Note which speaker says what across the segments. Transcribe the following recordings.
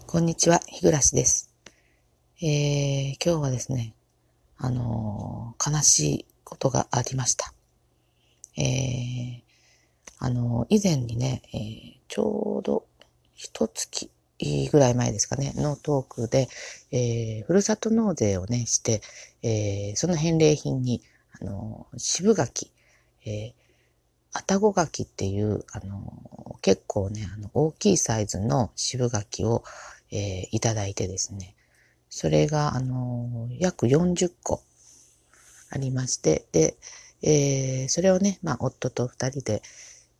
Speaker 1: こんにちは、日暮です。今日はですね、悲しいことがありました。以前にね、ちょうど一月ぐらい前ですかね、のトークで、ふるさと納税をね、して、その返礼品に、渋柿、愛宕柿っていう、結構ね、大きいサイズの渋柿を、いただいてですね、それが、約40個ありまして、で、それをね、夫と二人で、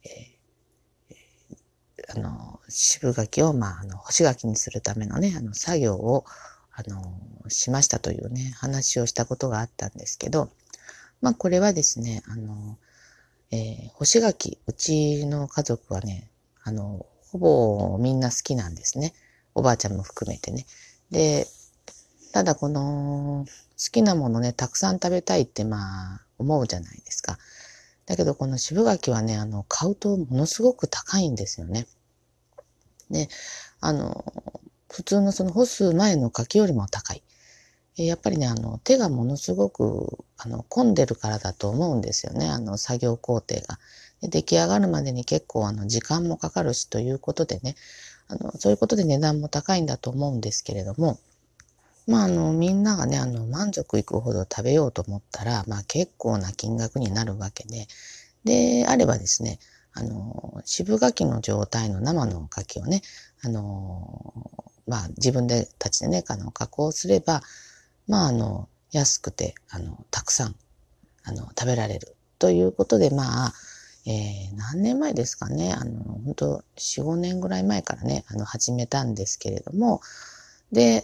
Speaker 1: 渋柿を、干し柿にするためのね、作業を、しましたというね、話をしたことがあったんですけど、これはですね、干し柿、うちの家族はね、ほぼみんな好きなんですね。おばあちゃんも含めてね。で、ただこの、好きなものね、たくさん食べたいって思うじゃないですか。だけどこの渋柿はね、買うとものすごく高いんですよね。で、あの、普通のその干す前の柿よりも高い。やっぱりね、手がものすごく、混んでるからだと思うんですよね。作業工程が。で出来上がるまでに結構、時間もかかるしということでね、そういうことで値段も高いんだと思うんですけれども、みんながね、満足いくほど食べようと思ったら、結構な金額になるわけで、で、あればですね、渋柿の状態の生の柿をね、自分でたちでね、加工すれば、安くて、たくさん、食べられる。ということで、何年前ですかね、本当4、5年ぐらい前からね、始めたんですけれども、で、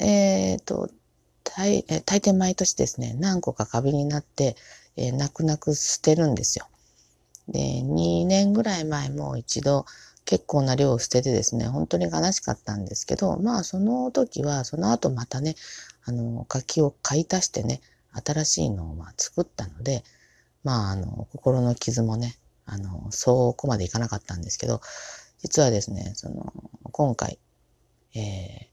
Speaker 1: 大抵毎年ですね、何個か花瓶になって、泣く泣く捨てるんですよ。で、2年ぐらい前も一度結構な量を捨ててですね、本当に悲しかったんですけど、その時は、その後またね、柿を買い足してね、新しいのを作ったので、心の傷もね、そこまでいかなかったんですけど、実はですね、今回、え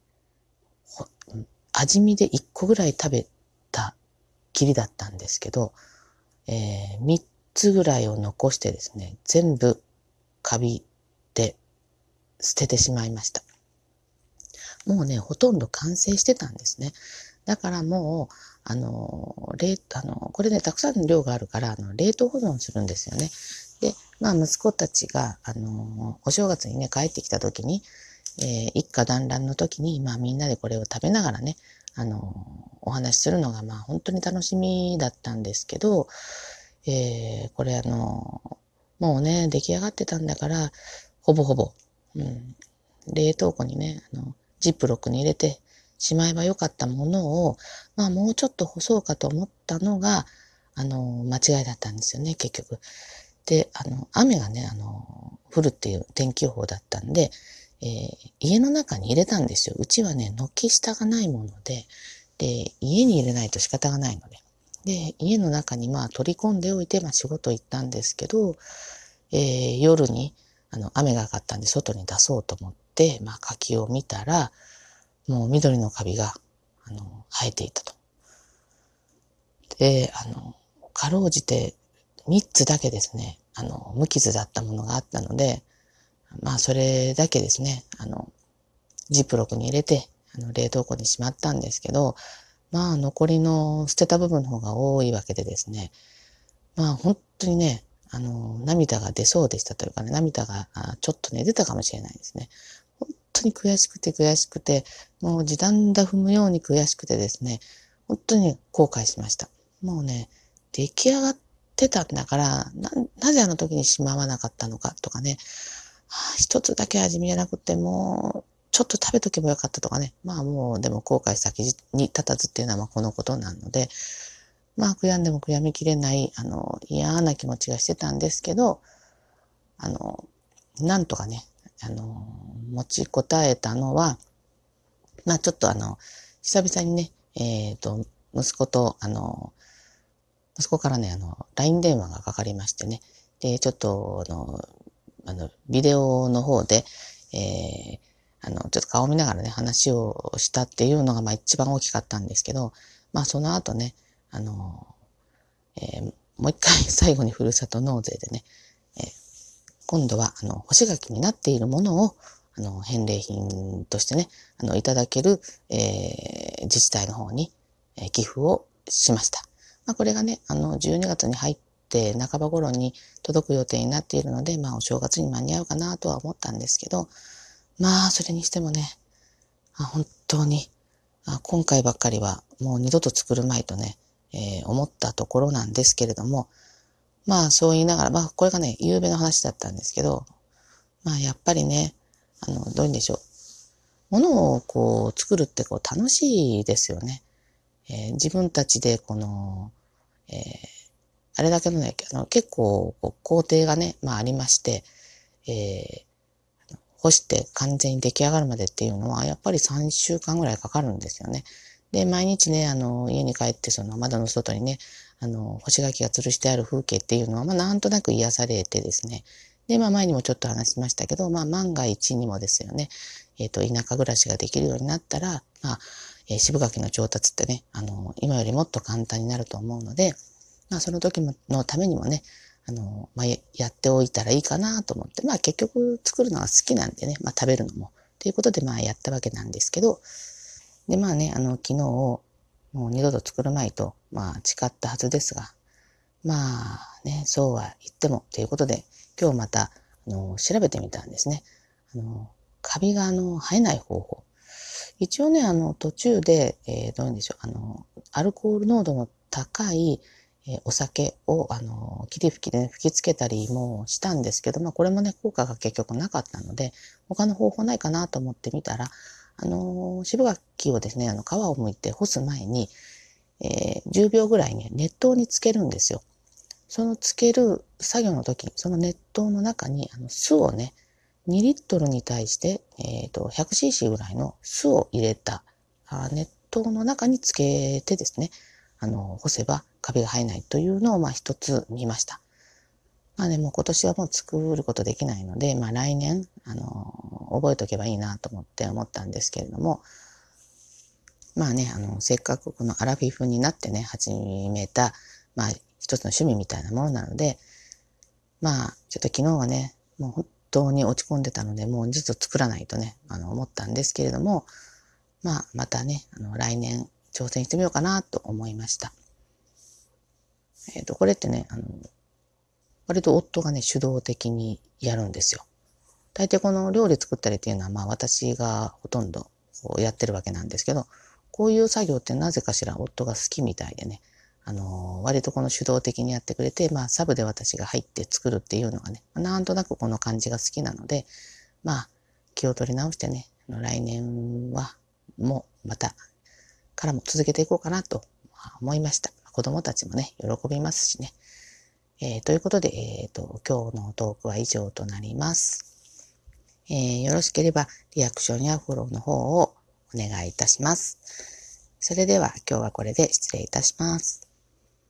Speaker 1: 味見で1個ぐらい食べたきりだったんですけど、3つぐらいを残してですね、全部カビで捨ててしまいました。もうね、ほとんど完成してたんですね。だからもう、これね、たくさんの量があるから、冷凍保存するんですよね。で、息子たちが、お正月にね、帰ってきた時に、一家団らんの時に、みんなでこれを食べながらね、お話しするのが、本当に楽しみだったんですけど、これもうね、出来上がってたんだから、ほぼほぼ、うん、冷凍庫にね、ジップロックに入れてしまえばよかったものを、もうちょっと干そうかと思ったのが、間違いだったんですよね、結局。で、雨がね、降るっていう天気予報だったんで、家の中に入れたんですよ。うちはね、軒下がないもので、で、家に入れないと仕方がないので。で、家の中に取り込んでおいて、仕事行ったんですけど、夜に、雨が上がったんで外に出そうと思って、柿を見たら、もう緑のカビが、生えていたと。で、かろうじて3つだけですね、無傷だったものがあったので、それだけですね、ジップロックに入れて、冷凍庫にしまったんですけど、残りの捨てた部分の方が多いわけでですね、本当にね、涙が出そうでしたというかね、涙がちょっとね、出たかもしれないですね。本当に悔しくて悔しくて、もう時短だ踏むように悔しくてですね、本当に後悔しました。もうね、出来上がってたんだから、なぜあの時にしまわなかったのかとかね、一つだけ味見じゃなくて、もう、ちょっと食べとけばよかったとかね。もう、でも後悔先に立たずっていうのはこのことなので、悔やんでも悔やみきれない、嫌な気持ちがしてたんですけど、あの、なんとかね、持ちこたえたのは、ちょっと久々にね、息子と、息子からね、LINE 電話がかかりましてね、で、ちょっと、ビデオの方で、 ちょっと顔見ながらね、話をしたっていうのが、まあ一番大きかったんですけど、まあその後ね、もう一回最後にふるさと納税でね、今度は、干し柿になっているものを、返礼品としてね、いただける、自治体の方に、寄付をしました。まあ、これがね、12月に入って半ば頃に届く予定になっているので、まあ、お正月に間に合うかなとは思ったんですけど、まあ、それにしてもね、本当に、今回ばっかりはもう二度と作るまいとね、思ったところなんですけれども、まあそう言いながら、まあこれがね、夕べの話だったんですけど、まあやっぱりね、どういうんでしょう。ものをこう作るってこう楽しいですよね。自分たちでこの、あれだけのね、結構こう工程がね、まあありまして、干して完全に出来上がるまでっていうのは、やっぱり3週間ぐらいかかるんですよね。で、毎日ね、家に帰ってその窓の外にね、干し柿が吊るしてある風景っていうのは、まあなんとなく癒されてですね。で、まあ前にもちょっと話しましたけど、まあ万が一にもですよね、田舎暮らしができるようになったら、まあ、渋柿の調達ってね、今よりもっと簡単になると思うので、まあその時のためにもね、まあ、やっておいたらいいかなと思って、まあ結局作るのが好きなんでね、まあ食べるのも。ということでまあやったわけなんですけど、でまあね、昨日もう二度と作るまいと、まあ誓ったはずですが、まあね、そうは言ってもということで、今日また、調べてみたんですね。カビが生えない方法。一応ね、途中で、どういうんでしょう、アルコール濃度の高い、お酒を、霧吹きで、ね、吹きつけたりもしたんですけど、まあ、これもね、効果が結局なかったので、他の方法ないかなと思ってみたら、渋柿をですね、皮を剥いて干す前に、10秒ぐらいね、熱湯につけるんですよ。そのつける作業の時、その熱湯の中に、酢をね、2リットルに対して、100cc ぐらいの酢を入れた熱湯の中につけてですね、干せばカビが生えないというのを、まあ一つ見ました。まあね、もう今年はもう作ることできないので、まあ来年、覚えとけばいいなと思ったんですけれども、まあね、せっかくこのアラフィフになってね、始めた、まあ一つの趣味みたいなものなので、まあ、ちょっと昨日はね、もう本当に落ち込んでたので、もうちょっと作らないとね、思ったんですけれども、まあ、またね、来年挑戦してみようかなと思いました。これってね、割と夫がね、主導的にやるんですよ。大抵この料理作ったりっていうのは、まあ私がほとんどやってるわけなんですけど、こういう作業ってなぜかしら夫が好きみたいでね、割とこの主導的にやってくれて、まあサブで私が入って作るっていうのがね、なんとなくこの感じが好きなので、まあ気を取り直してね、来年はもうまたからも続けていこうかなと思いました。子供たちもね、喜びますしね。ということで、今日のトークは以上となります。よろしければリアクションやフォローの方をお願いいたします。それでは今日はこれで失礼いたします。